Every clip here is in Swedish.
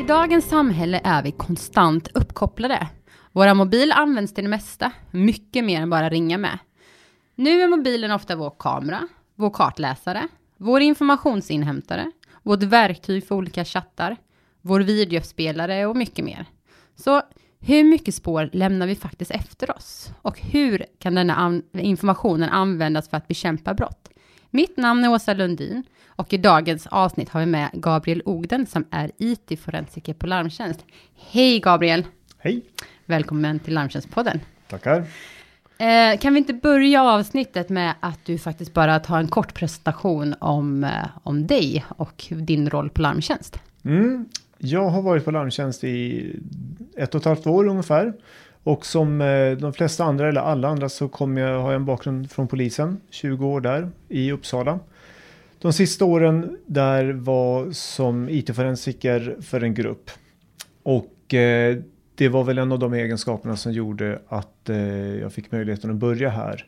I dagens samhälle är vi konstant uppkopplade. Våra mobil används till det mesta, mycket mer än bara ringa med. Nu är mobilen ofta vår kamera, vår kartläsare, vår informationsinhämtare, vårt verktyg för olika chattar, vår videospelare och mycket mer. Så hur mycket spår lämnar vi faktiskt efter oss? Och hur kan denna informationen användas för att bekämpa brott? Mitt namn är Åsa Lundin och i dagens avsnitt har vi med Gabriel Ogden som är IT-forensiker på Larmtjänst. Hej Gabriel! Hej! Välkommen till Larmtjänstpodden. Tackar! Kan vi inte börja avsnittet med att du faktiskt bara tar en kort presentation om dig och din roll på Larmtjänst? Jag har varit på Larmtjänst i 1,5 år ungefär. Och som de flesta andra eller alla andra så har jag en bakgrund från polisen. 20 år där i Uppsala. De sista åren där var som IT-forensiker för en grupp. Och det var väl en av de egenskaperna som gjorde att jag fick möjligheten att börja här.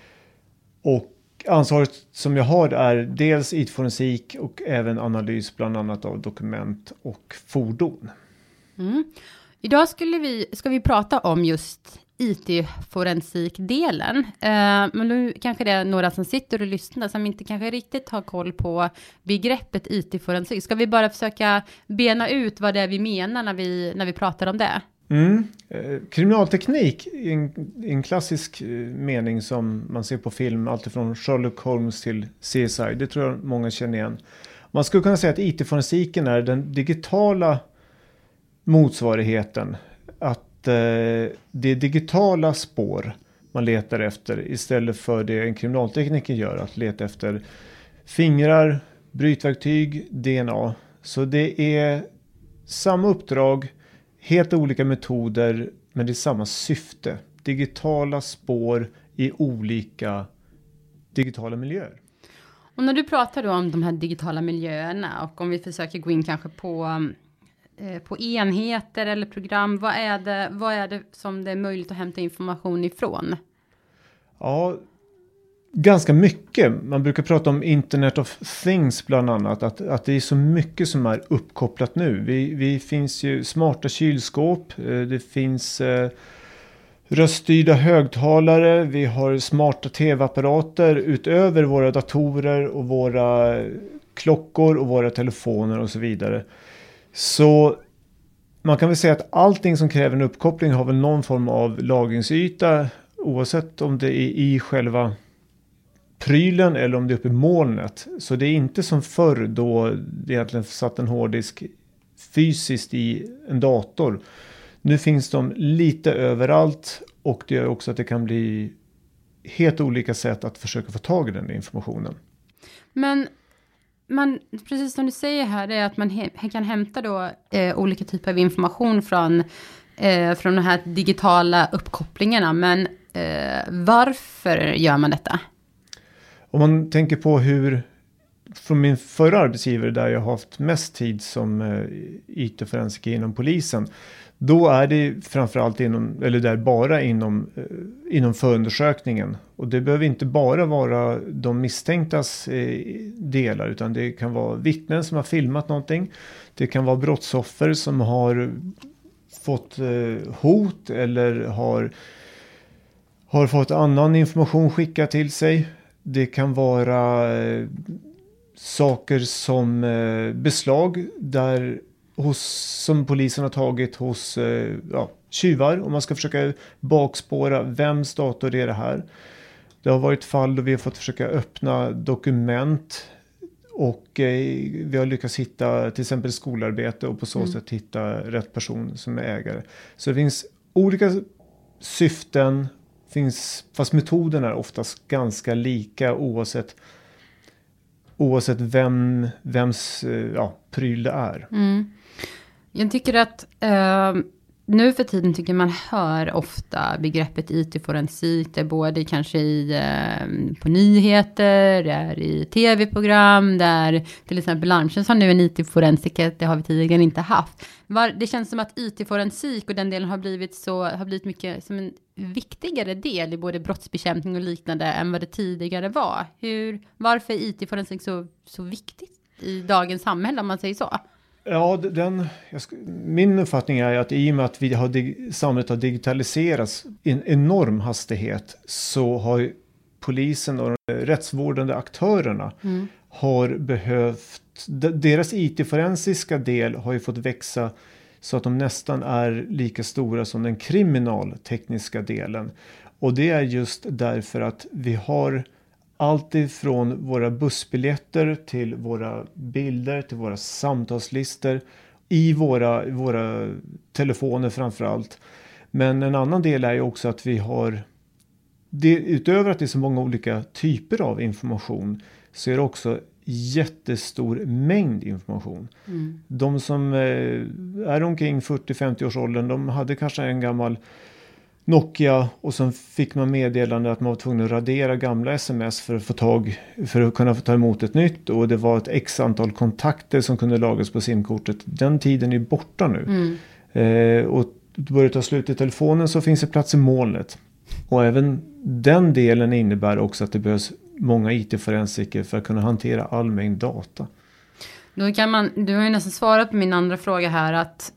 Och ansvaret som jag har är dels IT-forensik och även analys bland annat av dokument och fordon. Idag ska vi prata om just IT-forensikdelen. Men nu kanske det är några som sitter och lyssnar som inte kanske riktigt har koll på begreppet IT-forensik. Ska vi bara försöka bena ut vad det är vi menar när vi pratar om det? Kriminalteknik är en klassisk mening som man ser på film, alltifrån Sherlock Holmes till CSI. Det tror jag många känner igen. Man skulle kunna säga att IT-forensiken är den digitala motsvarigheten. Att det är digitala spår man letar efter istället för det en kriminaltekniker gör, att leta efter fingrar, brytverktyg, DNA. Så det är samma uppdrag, helt olika metoder, men det är samma syfte. Digitala spår i olika digitala miljöer. Och när du pratar då om de här digitala miljöerna och om vi försöker gå in kanske på enheter eller program, vad är det som det är möjligt att hämta information ifrån? Ja, ganska mycket. Man brukar prata om Internet of Things bland annat. Att det är så mycket som är uppkopplat nu. Vi finns ju smarta kylskåp. Det finns röststyrda högtalare. Vi har smarta tv-apparater utöver våra datorer och våra klockor och våra telefoner och så vidare. Så man kan väl säga att allting som kräver en uppkoppling har väl någon form av lagringsyta, oavsett om det är i själva prylen eller om det är uppe i molnet. Så det är inte som förr då det egentligen satt en hårddisk fysiskt i en dator. Nu finns de lite överallt och det gör också att det kan bli helt olika sätt att försöka få tag i den informationen. Men precis som du säger här, är att man kan hämta då olika typer av information från de här digitala uppkopplingarna. Men varför gör man detta? Om man tänker på från min förra arbetsgivare där jag har haft mest tid som IT-forensiker inom polisen. Då är det framförallt inom förundersökningen. Och det behöver inte bara vara de misstänktas delar, utan det kan vara vittnen som har filmat någonting. Det kan vara brottsoffer som har fått hot eller har fått annan information skickad till sig. Det kan vara saker som beslag som polisen har tagit hos tjuvar, och man ska försöka bakspåra vems dator är det här. Det har varit fall då vi har fått försöka öppna dokument och vi har lyckats hitta till exempel skolarbete och på så sätt hitta rätt person som är ägare. Så det finns olika syften, fast metoden är oftast ganska lika oavsett vems pryl det är. Jag tycker att nu för tiden tycker man hör ofta begreppet IT-forensik. Det är både kanske på nyheter, det är i tv-program, där till exempel Larmtjänst har nu en IT-forensiker, det har vi tidigare inte haft. Det känns som att IT-forensik och den delen har blivit mycket som en viktigare del i både brottsbekämpning och liknande än vad det tidigare var. Varför är IT-forensik så viktigt i dagens samhälle, om man säger så? Ja, min uppfattning är att i och med att samhället har digitaliserats i en enorm hastighet så har polisen och de rättsvårdande aktörerna har deras IT-forensiska del har ju fått växa så att de nästan är lika stora som den kriminaltekniska delen. Och det är just därför att vi har allt ifrån våra bussbiljetter till våra bilder, till våra samtalslistor i våra telefoner framförallt. Men en annan del är ju också att vi har, utöver att det är så många olika typer av information, så är det också jättestor mängd information. De som är omkring 40-50 års åldern, de hade kanske en gammal Nokia och sen fick man meddelande att man var tvungen att radera gamla sms för att kunna få ta emot ett nytt, och det var ett x antal kontakter som kunde lagras på simkortet. Den tiden är borta nu. Och börjar ta slut i telefonen så finns det plats i molnet. Och även den delen innebär också att det behövs många IT-forensiker för att kunna hantera all mängd data. Du har ju nästan svarat på min andra fråga här, att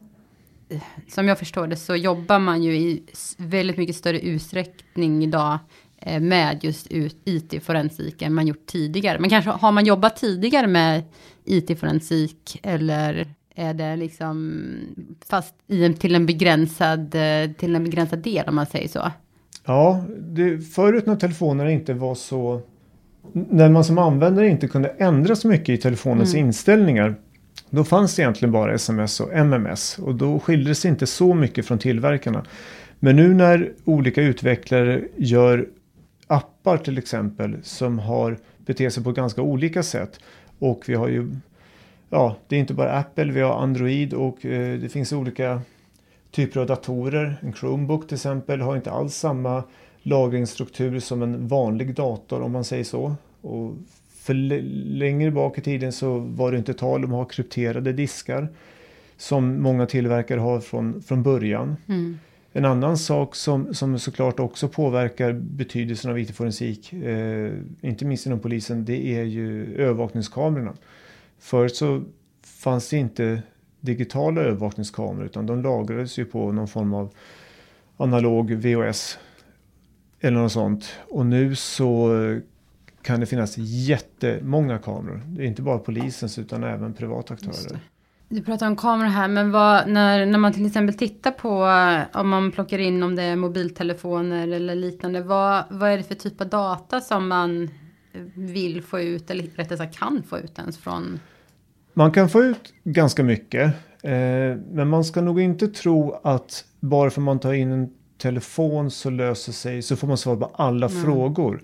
som jag förstår det så jobbar man ju i väldigt mycket större utsträckning idag med just IT-forensik än man gjort tidigare. Men kanske har man jobbat tidigare med IT-forensik, eller är det liksom fast till en begränsad del, om man säger så? Ja, förut när telefonerna inte var så, när man som användare inte kunde ändra så mycket i telefonens inställningar, då fanns det egentligen bara sms och MMS, och då skiljer det sig inte så mycket från tillverkarna. Men nu när olika utvecklare gör appar till exempel som beter sig på ganska olika sätt, och vi har ju, det är inte bara Apple, vi har Android och det finns olika typer av datorer. En Chromebook till exempel har inte alls samma lagringsstruktur som en vanlig dator, om man säger så. Och för längre bak i tiden så var det inte tal om att ha krypterade diskar som många tillverkare har från början. En annan sak som såklart också påverkar betydelsen av IT-forensik, inte minst inom polisen, det är ju övervakningskamerorna. Förut så fanns det inte digitala övervakningskameror, utan de lagrades ju på någon form av analog VHS eller något sånt. Och nu så kan det finnas jättemånga kameror. Det är inte bara polisens utan även privata aktörer. Du pratar om kameror här, men när man till exempel tittar på, om man plockar in om det är mobiltelefoner eller liknande, vad är det för typ av data som man vill få ut, eller rättare sagt kan få ut ens från? Man kan få ut ganska mycket, men man ska nog inte tro att bara för man tar in en telefon så får man svar på alla frågor.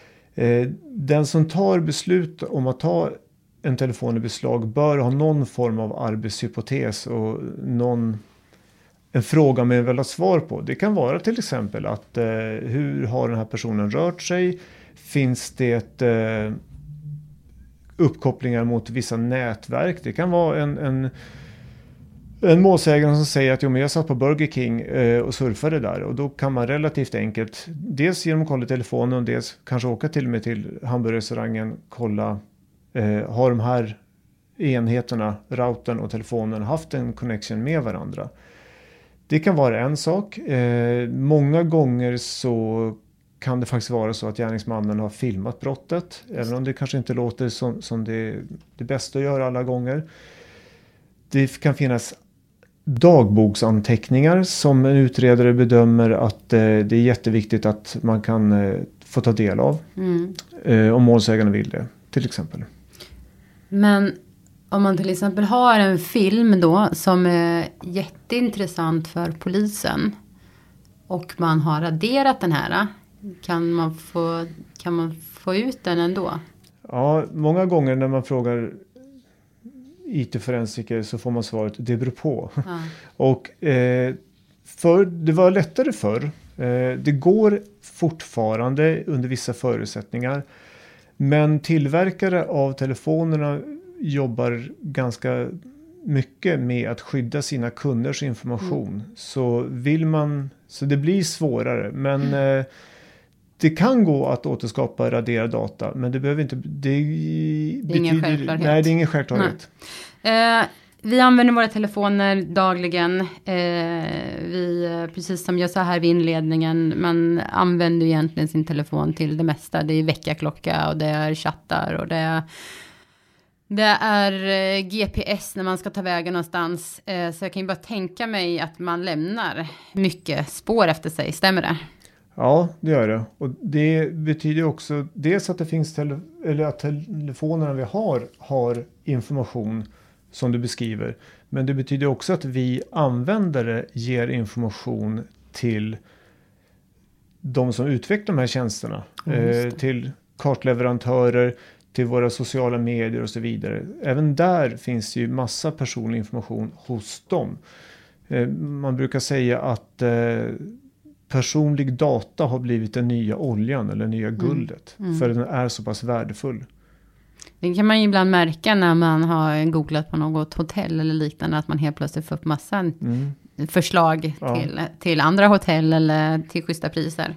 Den som tar beslut om att ta en telefon i beslag bör ha någon form av arbetshypotes och en fråga med väl svar på. Det kan vara till exempel att hur har den här personen rört sig? Finns det uppkopplingar mot vissa nätverk? Det kan vara en målsägare som säger att jag satt på Burger King och surfade där, och då kan man relativt enkelt dels genom att kolla telefonen och dels kanske åka till och med till hamburgerrestaurangen, kolla har de här enheterna, routern och telefonen, haft en connection med varandra. Det kan vara en sak. Många gånger så kan det faktiskt vara så att gärningsmannen har filmat brottet, även om det kanske inte låter som det bästa att göra alla gånger. Det kan finnas dagboksanteckningar som en utredare bedömer att det är jätteviktigt att man kan få ta del av. Om målsägaren vill det, till exempel. Men om man till exempel har en film då som är jätteintressant för polisen och man har raderat den här, kan man få ut den ändå? Ja, många gånger när man frågar IT-forensiker så får man svaret, det beror på. Och det var lättare förr. Det går fortfarande under vissa förutsättningar. Men tillverkare av telefonerna jobbar ganska mycket med att skydda sina kunders information. Så det blir svårare. Men det kan gå att återskapa raderad data, men det behöver inte. Det är ingen självklarhet. Nej, det är ingen självklarhet. Vi använder våra telefoner dagligen. Precis som jag sa här vid inledningen, man använder egentligen sin telefon till det mesta. Det är väckarklocka och det är chattar och det är GPS när man ska ta vägen någonstans. Så jag kan ju bara tänka mig att man lämnar mycket spår efter sig. Stämmer det? Ja, det gör det. Och det betyder också dels att det finns att telefonerna vi har information som du beskriver. Men det betyder också att vi användare ger information till de som utvecklar de här tjänsterna. Till kartleverantörer, till våra sociala medier och så vidare. Även där finns ju massa personlig information hos dem. Man brukar säga att personlig data har blivit den nya oljan eller nya guldet. För den är så pass värdefull. Det kan man ju ibland märka när man har googlat på något hotell eller liknande. Att man helt plötsligt får upp massa förslag till andra hotell eller till schyssta priser.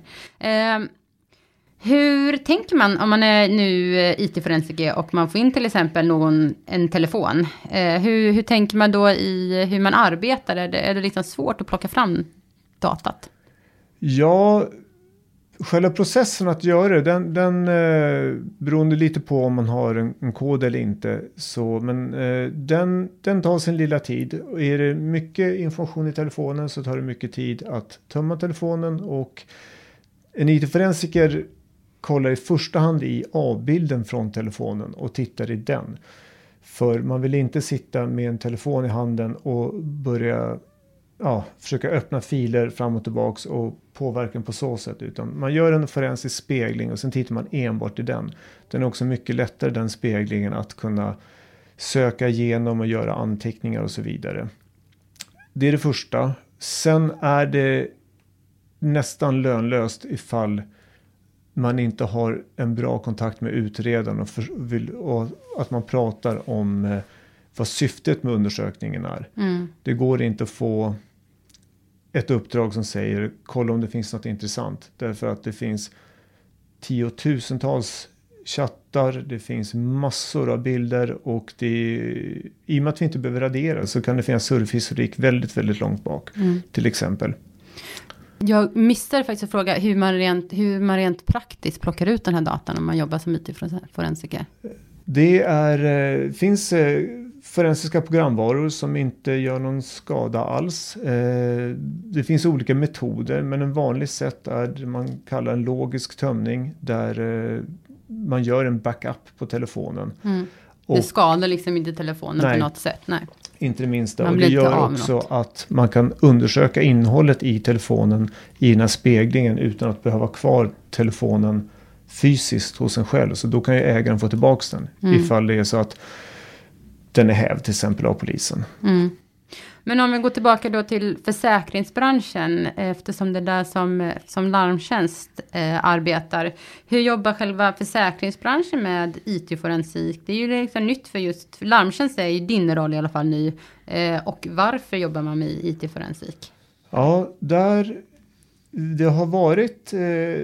Hur tänker man om man är nu IT-forensiker och man får in till exempel en telefon? Hur tänker man då i hur man arbetar? Är det liksom svårt att plocka fram datat? Ja, själva processen att göra det, den beroende lite på om man har en kod eller inte. Men den tar sin lilla tid. Och är det mycket information i telefonen så tar det mycket tid att tömma telefonen. Och en IT-forensiker kollar i första hand i avbilden från telefonen och tittar i den. För man vill inte sitta med en telefon i handen och börja försöka öppna filer fram och tillbaks och påverka på så sätt. Utan man gör en forensisk spegling och sen tittar man enbart i den. Den är också mycket lättare, den speglingen, att kunna söka igenom och göra anteckningar och så vidare. Det är det första. Sen är det nästan lönlöst ifall man inte har en bra kontakt med utredaren och att man pratar om vad syftet med undersökningen är. Det går inte att få ett uppdrag som säger kolla om det finns något intressant. Därför att det finns tiotusentals chattar, det finns massor av bilder och i och med att vi inte behöver radera så kan det finnas surfhistorik väldigt, väldigt långt bak till exempel. Jag missade faktiskt att fråga hur man rent praktiskt plockar ut den här datan om man jobbar som IT-forensiker. Det finns forensiska programvaror som inte gör någon skada alls. Det finns olika metoder, men en vanlig sätt är det man kallar en logisk tömning där man gör en backup på telefonen. Det skadar liksom inte telefonen på något sätt. Nej. Inte det minsta. Och det gör också att man kan undersöka innehållet i telefonen i den här speglingen utan att behöva kvar telefonen fysiskt hos en själv. Så då kan ju ägaren få tillbaka den ifall det är så att den är hävd till exempel av polisen. Men om vi går tillbaka då till försäkringsbranschen, eftersom det är där som larmtjänst arbetar. Hur jobbar själva försäkringsbranschen med IT-forensik? Det är ju liksom nytt för just larmtjänst, är ju din roll i alla fall ny. Och varför jobbar man med IT-forensik? Ja, det har varit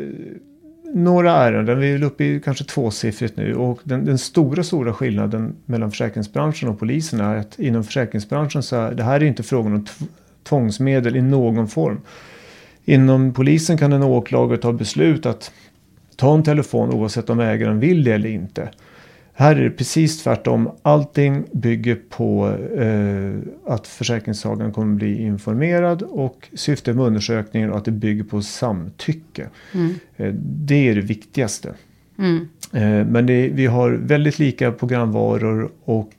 några ärenden. Vi är uppe i kanske tvåsiffrigt nu. Och den stora skillnaden mellan försäkringsbranschen och polisen är att inom försäkringsbranschen så är det här inte frågan om tvångsmedel i någon form. Inom polisen kan en åklagare ta beslut att ta en telefon oavsett om ägaren vill det eller inte. Här är det precis tvärtom. Allting bygger på att försäkringstagaren kommer bli informerad och syftet med undersökningen och att det bygger på samtycke. Det är det viktigaste. Men vi har väldigt lika programvaror och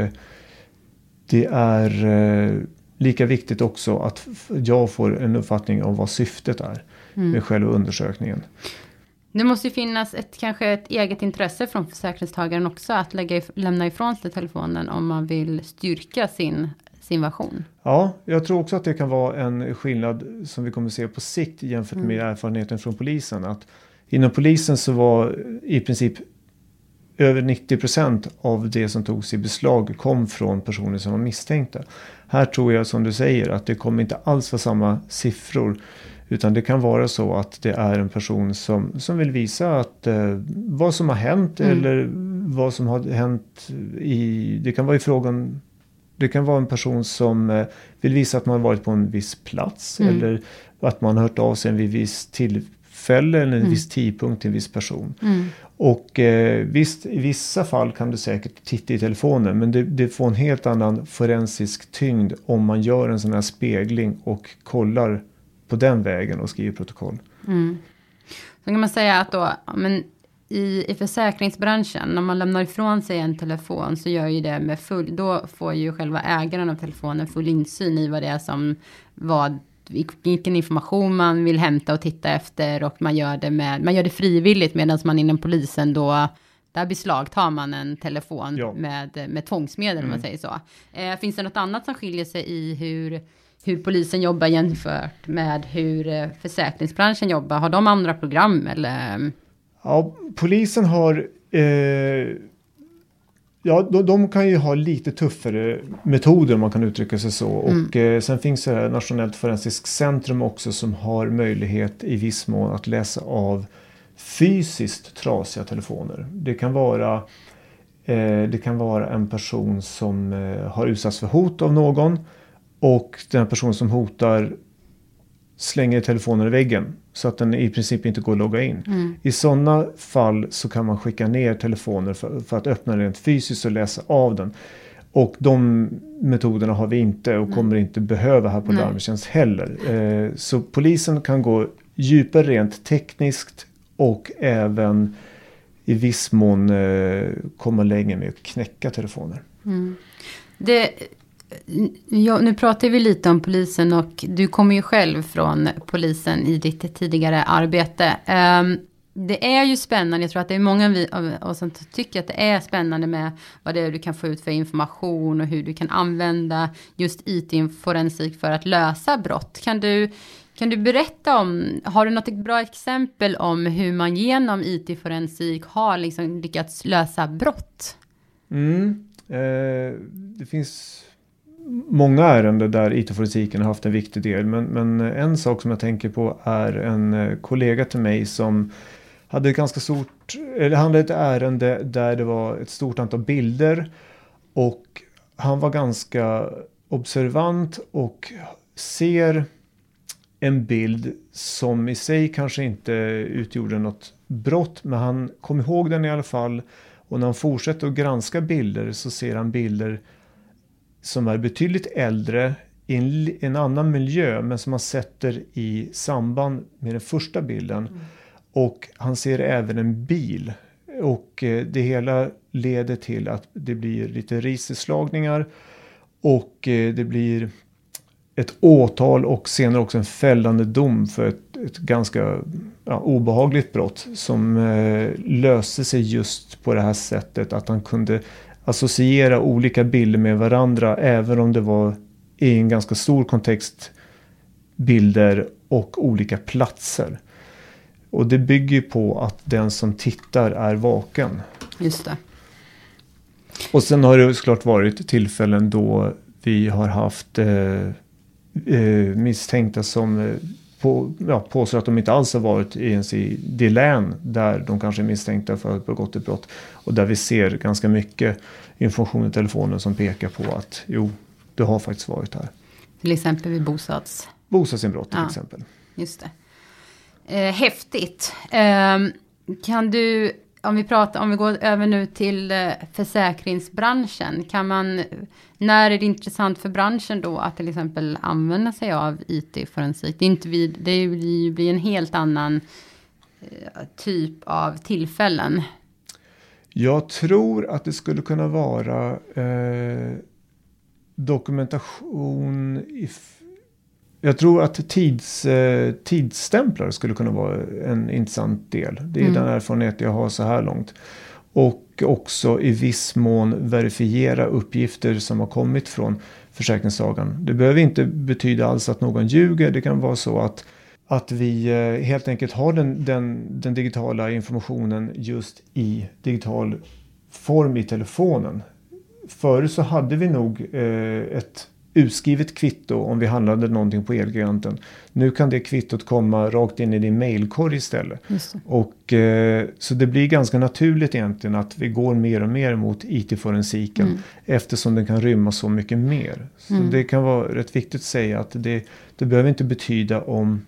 det är lika viktigt också att jag får en uppfattning om vad syftet är med själva undersökningen. Det måste ju finnas kanske ett eget intresse från försäkringstagaren också att lämna ifrån sig telefonen om man vill styrka sin version. Ja, jag tror också att det kan vara en skillnad som vi kommer se på sikt jämfört med erfarenheten från polisen. Att inom polisen så var i princip över 90% av det som togs i beslag kom från personer som var misstänkta. Här tror jag som du säger att det kommer inte alls vara samma siffror. Utan det kan vara så att det är en person som vill visa att vad som har hänt eller vad som har hänt det kan vara i frågan Det kan vara en person som vill visa att man har varit på en viss plats eller att man har hört av sig vid viss tillfälle eller en viss tidpunkt till en viss person. Och visst, i vissa fall kan du säkert titta i telefonen, men det får en helt annan forensisk tyngd om man gör en sån här spegling och kollar på den vägen och skriver protokoll. Så kan man säga att då, men i försäkringsbranschen, när man lämnar ifrån sig en telefon så gör ju det med då får ju själva ägaren av telefonen full insyn i vad det är som, vilken information man vill hämta och titta efter, och man gör det frivilligt, medan man inom polisen då, där beslagtar man en telefon med tvångsmedel om man säger så. Finns det något annat som skiljer sig i hur polisen jobbar jämfört med hur försäkringsbranschen jobbar? Har de andra program eller? Ja, polisen har de kan ju ha lite tuffare metoder om man kan uttrycka sig så. Och sen finns det Nationellt forensiskt centrum också som har möjlighet i viss mån att läsa av fysiskt trasiga telefoner. Det kan vara en person som har utsatts för hot av någon, och den person som hotar slänger telefonen i väggen så att den i princip inte går att logga in. I sådana fall så kan man skicka ner telefoner för att öppna den rent fysiskt och läsa av den. Och de metoderna har vi inte och kommer inte behöva här på Larmtjänst heller. Så polisen kan gå djupare rent tekniskt och även i viss mån komma längre med att knäcka telefoner. Nu pratar vi lite om polisen, och du kommer ju själv från polisen i ditt tidigare arbete. Det är ju spännande, jag tror att det är många av oss som tycker att det är spännande med vad det är du kan få ut för information och hur du kan använda just IT-forensik för att lösa brott. Kan du berätta har du något bra exempel om hur man genom IT-forensik har liksom lyckats lösa brott? Det finns många ärenden där IT-forensiken har haft en viktig del. Men en sak som jag tänker på är en kollega till mig som hade ett ärende där det var ett stort antal bilder. Och han var ganska observant och ser en bild som i sig kanske inte utgjorde något brott. Men han kom ihåg den i alla fall. Och när han fortsätter att granska bilder så ser han bilder som är betydligt äldre i en annan miljö, men som han sätter i samband med den första bilden. Och han ser även en bil. Och det hela leder till att det blir lite registerslagningar. Och det blir ett åtal och senare också en fällande dom för ett ganska obehagligt brott som löste sig just på det här sättet att han kunde associera olika bilder med varandra även om det var i en ganska stor kontext bilder och olika platser. Och det bygger på att den som tittar är vaken. Just det. Och sen har det såklart varit tillfällen då vi har haft misstänkta som påstår att de inte alls har varit ens i det län där de kanske är misstänkta för att ha begått ett brott. Och där vi ser ganska mycket information i telefonen som pekar på att du har faktiskt varit här. Till exempel vid bostadsinbrott till exempel. Just det. Häftigt. Kan du, om vi går över nu till försäkringsbranschen, när är det intressant för branschen då att till exempel använda sig av IT-forensik? Det blir en helt annan typ av tillfällen. Jag tror att det skulle kunna vara dokumentation jag tror att tidsstämplar skulle kunna vara en intressant del. Det är den erfarenhet jag har så här långt. Och också i viss mån verifiera uppgifter som har kommit från försäkringstagaren. Det behöver inte betyda alls att någon ljuger. Det kan vara så att vi helt enkelt har den digitala informationen just i digital form i telefonen. Förr så hade vi nog utskrivet kvitto om vi handlade någonting på Elgiganten. Nu kan det kvittot komma rakt in i din mailkorg istället. Och så det blir ganska naturligt egentligen att vi går mer och mer mot IT-forensiken eftersom den kan rymma så mycket mer. Så det kan vara rätt viktigt att säga att det behöver inte betyda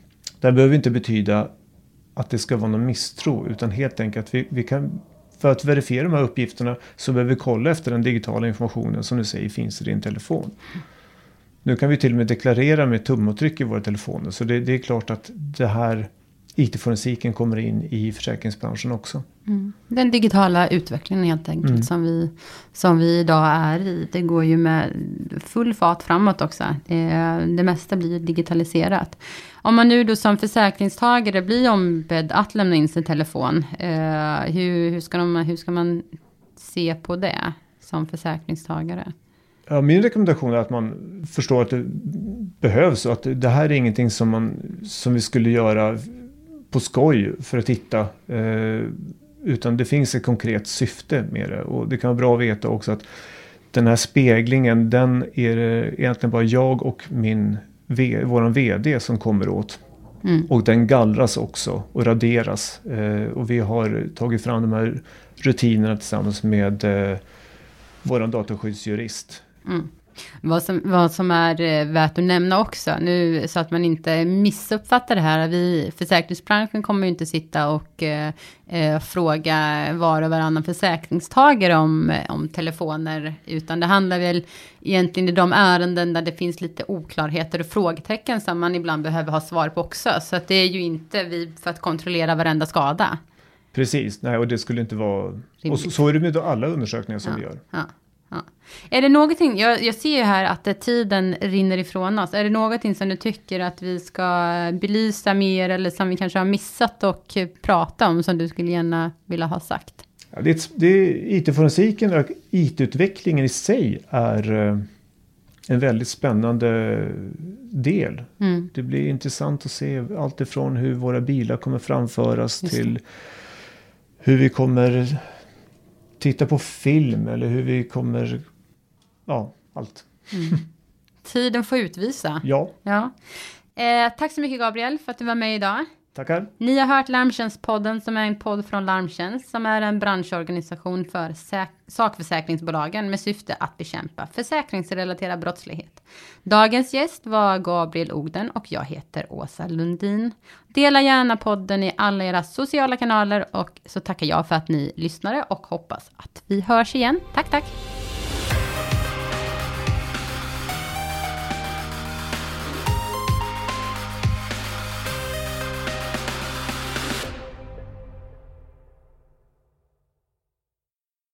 att det ska vara någon misstro, utan helt enkelt att vi kan, för att verifiera de här uppgifterna så behöver vi kolla efter den digitala informationen som du säger finns i din telefon. Nu kan vi till och med deklarera med tumavtryck i våra telefoner, så det är klart att det här IT-forensiken kommer in i försäkringsbranschen också. Den digitala utvecklingen helt enkelt som vi idag är i, det går ju med full fart framåt också. Det mesta blir digitaliserat. Om man nu då som försäkringstagare blir ombedd att lämna in sin telefon, hur ska man se på det som försäkringstagare? Ja, min rekommendation är att man förstår att det behövs och att det här är ingenting som vi skulle göra på skoj för att titta. Utan det finns ett konkret syfte med det. Och det kan vara bra att veta också att den här speglingen, den är egentligen bara jag och våran vd som kommer åt. Och den gallras också och raderas. Och vi har tagit fram de här rutinerna tillsammans med våran dataskyddsjurist. Vad som är värt att nämna också nu, så att man inte missuppfattar det här. Försäkringsbranschen kommer ju inte sitta och fråga var och varannan försäkringstagare om telefoner, utan det handlar väl egentligen i de ärenden där det finns lite oklarheter och frågetecken som man ibland behöver ha svar på också. Så att det är ju inte vi för att kontrollera varenda skada. Precis, nej, och det skulle inte vara... Och så är det med alla undersökningar som vi gör. Ja. Är det någonting, jag ser ju här att tiden rinner ifrån oss. Är det någonting som du tycker att vi ska belysa mer eller som vi kanske har missat och prata om som du skulle gärna vilja ha sagt? Ja, IT-forensiken och IT-utvecklingen i sig är en väldigt spännande del. Det blir intressant att se allt ifrån hur våra bilar kommer framföras till hur vi kommer titta på film eller hur vi kommer... Ja, allt. Tiden får utvisa. Ja. Tack så mycket Gabriel för att du var med idag. Tackar. Ni har hört Larmtjänstpodden som är en podd från Larmtjänst som är en branschorganisation för sakförsäkringsbolagen med syfte att bekämpa försäkringsrelaterad brottslighet. Dagens gäst var Gabriel Ogden och jag heter Åsa Lundin. Dela gärna podden i alla era sociala kanaler och så tackar jag för att ni lyssnade och hoppas att vi hörs igen. Tack!